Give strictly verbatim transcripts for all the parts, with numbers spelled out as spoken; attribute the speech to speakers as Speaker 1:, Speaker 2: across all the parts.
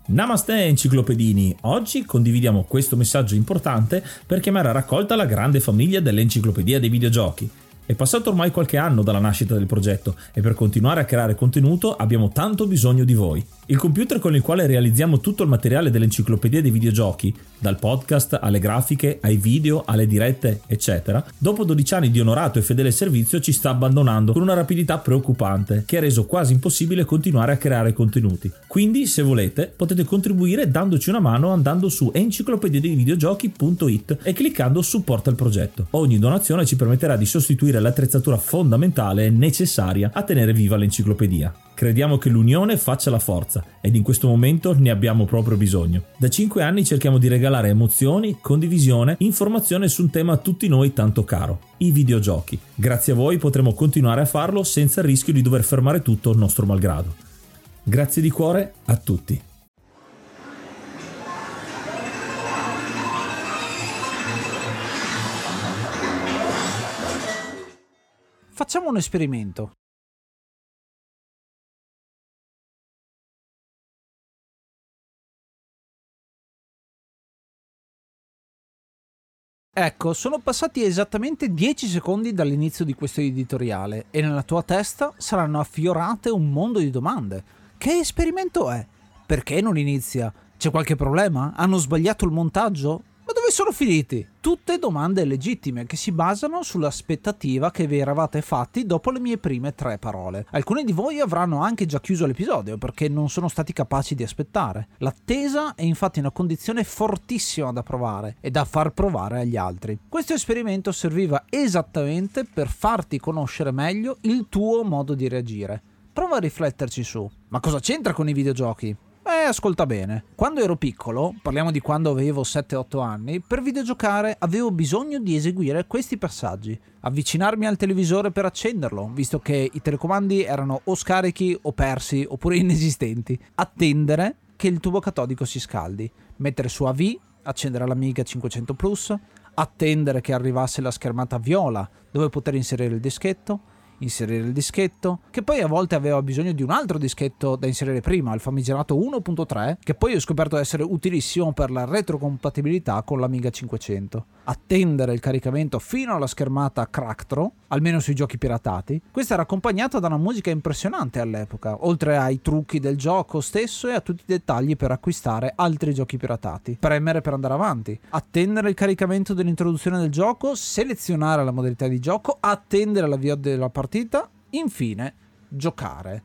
Speaker 1: Namaste enciclopedini, oggi condividiamo questo messaggio importante per chiamare a raccolta la grande famiglia dell'Enciclopedia dei Videogiochi. È passato ormai qualche anno dalla nascita del progetto e per continuare a creare contenuto abbiamo tanto bisogno di voi. Il computer con il quale realizziamo tutto il materiale dell'Enciclopedia dei Videogiochi, dal podcast alle grafiche, ai video, alle dirette, eccetera, dopo dodici anni di onorato e fedele servizio ci sta abbandonando con una rapidità preoccupante che ha reso quasi impossibile continuare a creare contenuti. Quindi, se volete, potete contribuire dandoci una mano andando su enciclopedia dei videogiochi punto it e cliccando supporta il progetto. Ogni donazione ci permetterà di sostituire l'attrezzatura fondamentale e necessaria a tenere viva l'enciclopedia. Crediamo che l'unione faccia la forza ed in questo momento ne abbiamo proprio bisogno. Da cinque anni cerchiamo di regalare emozioni, condivisione, informazione su un tema a tutti noi tanto caro, i videogiochi. Grazie a voi potremo continuare a farlo senza il rischio di dover fermare tutto nostro malgrado. Grazie di cuore a tutti.
Speaker 2: Facciamo un esperimento. Ecco, sono passati esattamente dieci secondi dall'inizio di questo editoriale e nella tua testa saranno affiorate un mondo di domande. Che esperimento è? Perché non inizia? C'è qualche problema? Hanno sbagliato il montaggio? Ma dove sono finiti? Tutte domande legittime che si basano sull'aspettativa che vi eravate fatti dopo le mie prime tre parole. Alcuni di voi avranno anche già chiuso l'episodio perché non sono stati capaci di aspettare. L'attesa è infatti una condizione fortissima da provare e da far provare agli altri. Questo esperimento serviva esattamente per farti conoscere meglio il tuo modo di reagire. Prova a rifletterci su. Ma cosa c'entra con i videogiochi? Eh, ascolta bene. Quando ero piccolo, parliamo di quando avevo sette otto anni, per videogiocare avevo bisogno di eseguire questi passaggi. Avvicinarmi al televisore per accenderlo, visto che i telecomandi erano o scarichi o persi oppure inesistenti. Attendere che il tubo catodico si scaldi. Mettere su A V, accendere l'Amiga cinquecento Plus, attendere che arrivasse la schermata viola dove poter inserire il dischetto, inserire il dischetto, che poi a volte aveva bisogno di un altro dischetto da inserire prima, il famigerato uno punto tre, che poi ho scoperto essere utilissimo per la retrocompatibilità con l'Amiga cinquecento. Attendere il caricamento fino alla schermata Cracktro, almeno sui giochi piratati. Questa era accompagnata da una musica impressionante all'epoca, oltre ai trucchi del gioco stesso e a tutti i dettagli per acquistare altri giochi piratati. Premere per andare avanti, attendere il caricamento dell'introduzione del gioco, selezionare la modalità di gioco, attendere l'avvio della partita, infine giocare.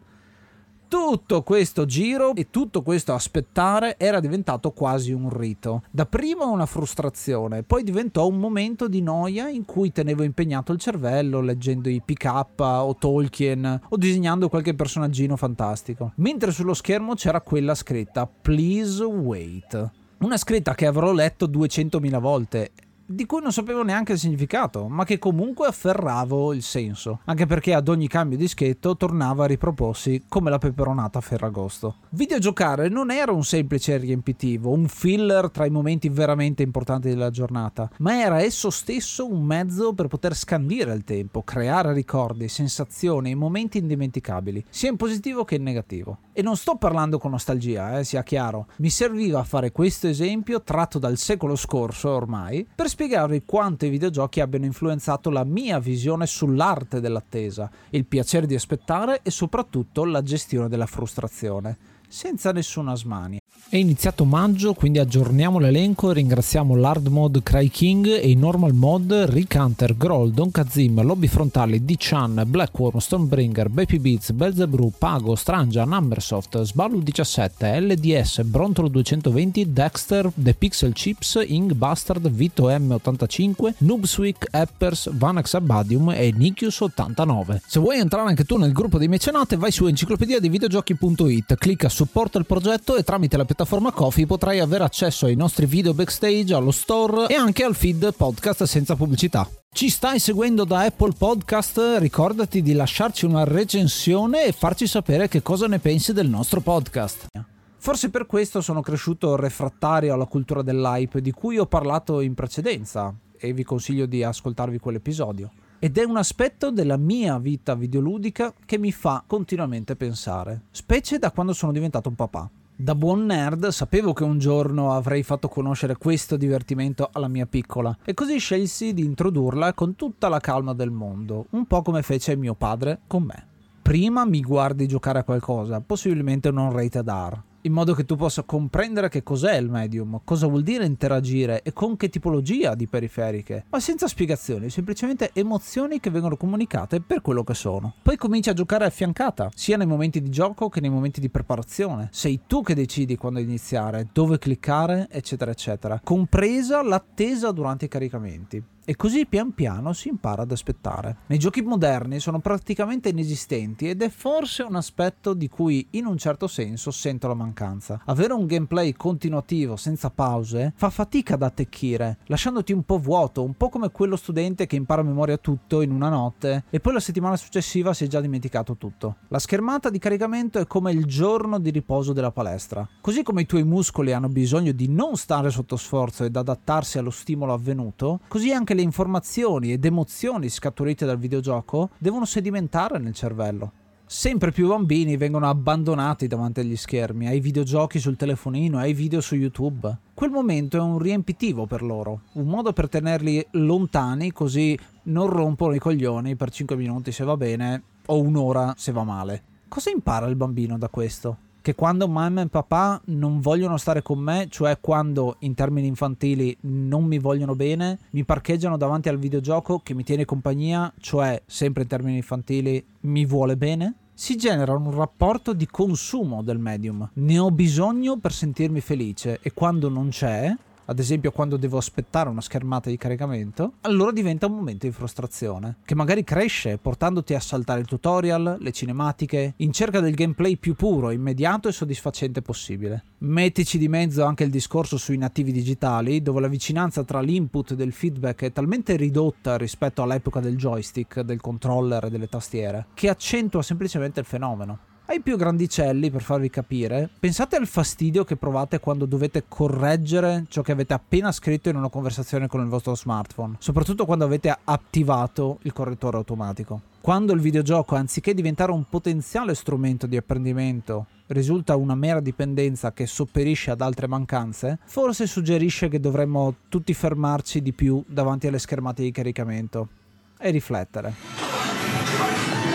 Speaker 2: Tutto questo giro e tutto questo aspettare era diventato quasi un rito. Dapprima una frustrazione, poi diventò un momento di noia in cui tenevo impegnato il cervello leggendo i P K o Tolkien o disegnando qualche personaggino fantastico. Mentre sullo schermo c'era quella scritta "Please wait". Una scritta che avrò letto duecentomila volte, di cui non sapevo neanche il significato, ma che comunque afferravo il senso, anche perché ad ogni cambio di dischetto tornava a riproporsi come la peperonata a Ferragosto. Videogiocare non era un semplice riempitivo, un filler tra i momenti veramente importanti della giornata, ma era esso stesso un mezzo per poter scandire il tempo, creare ricordi, sensazioni e momenti indimenticabili, sia in positivo che in negativo. E non sto parlando con nostalgia, eh, sia chiaro. Mi serviva fare questo esempio tratto dal secolo scorso ormai per spiegarvi quanto i videogiochi abbiano influenzato la mia visione sull'arte dell'attesa, il piacere di aspettare e soprattutto la gestione della frustrazione, senza nessuna smania. È iniziato maggio, quindi aggiorniamo l'elenco e ringraziamo l'hard mod Cry King e i normal mod Rick Hunter, Groll, Don Kazim, Lobby Frontali, D-Chan, Blackworm, Stonebringer, Baby Beats, Belzebrew, Pago, Strangia, Numbersoft, Sballu diciassette, L D S, Brontolo duecentoventi, Dexter, The Pixel Chips, Ing Bastard, Vito M ottantacinque, Noobswick, Eppers, Vanax Abadium e Nikius ottantanove. Se vuoi entrare anche tu nel gruppo dei mecenate, vai su enciclopedia dei videogiochi punto it, clicca supporta il progetto e tramite la piattaforma Ko-fi potrai avere accesso ai nostri video backstage, allo store e anche al feed podcast senza pubblicità. Ci stai seguendo da Apple Podcast? Ricordati di lasciarci una recensione e farci sapere che cosa ne pensi del nostro podcast. Forse per questo sono cresciuto refrattario alla cultura dell'hype di cui ho parlato in precedenza e vi consiglio di ascoltarvi quell'episodio. Ed è un aspetto della mia vita videoludica che mi fa continuamente pensare, specie da quando sono diventato un papà. Da buon nerd sapevo che un giorno avrei fatto conoscere questo divertimento alla mia piccola e così scelsi di introdurla con tutta la calma del mondo, un po' come fece mio padre con me. Prima mi guardi giocare a qualcosa, possibilmente non rated R, in modo che tu possa comprendere che cos'è il medium, cosa vuol dire interagire e con che tipologia di periferiche, ma senza spiegazioni, semplicemente emozioni che vengono comunicate per quello che sono. Poi cominci a giocare affiancata, sia nei momenti di gioco che nei momenti di preparazione. Sei tu che decidi quando iniziare, dove cliccare, eccetera eccetera, compresa l'attesa durante i caricamenti. E così pian piano si impara ad aspettare. Nei giochi moderni sono praticamente inesistenti ed è forse un aspetto di cui in un certo senso sento la mancanza. Avere un gameplay continuativo senza pause fa fatica ad attecchire, lasciandoti un po' vuoto, un po' come quello studente che impara a memoria tutto in una notte e poi la settimana successiva si è già dimenticato tutto. La schermata di caricamento è come il giorno di riposo della palestra. Così come i tuoi muscoli hanno bisogno di non stare sotto sforzo ed adattarsi allo stimolo avvenuto, così anche le informazioni ed emozioni scaturite dal videogioco devono sedimentare nel cervello. Sempre più bambini vengono abbandonati davanti agli schermi, ai videogiochi sul telefonino, ai video su YouTube. Quel momento è un riempitivo per loro, un modo per tenerli lontani così non rompono i coglioni per cinque minuti se va bene o un'ora se va male. Cosa impara il bambino da questo? Che quando mamma e papà non vogliono stare con me, cioè quando in termini infantili non mi vogliono bene, mi parcheggiano davanti al videogioco che mi tiene compagnia, cioè sempre in termini infantili mi vuole bene? Si genera un rapporto di consumo del medium. Ne ho bisogno per sentirmi felice e quando non c'è, ad esempio quando devo aspettare una schermata di caricamento, allora diventa un momento di frustrazione, che magari cresce portandoti a saltare il tutorial, le cinematiche, in cerca del gameplay più puro, immediato e soddisfacente possibile. Mettici di mezzo anche il discorso sui nativi digitali, dove la vicinanza tra l'input e del feedback è talmente ridotta rispetto all'epoca del joystick, del controller e delle tastiere, che accentua semplicemente il fenomeno. Ai più grandicelli, per farvi capire, pensate al fastidio che provate quando dovete correggere ciò che avete appena scritto in una conversazione con il vostro smartphone, soprattutto quando avete attivato il correttore automatico. Quando il videogioco, anziché diventare un potenziale strumento di apprendimento, risulta una mera dipendenza che sopperisce ad altre mancanze, forse suggerisce che dovremmo tutti fermarci di più davanti alle schermate di caricamento e riflettere.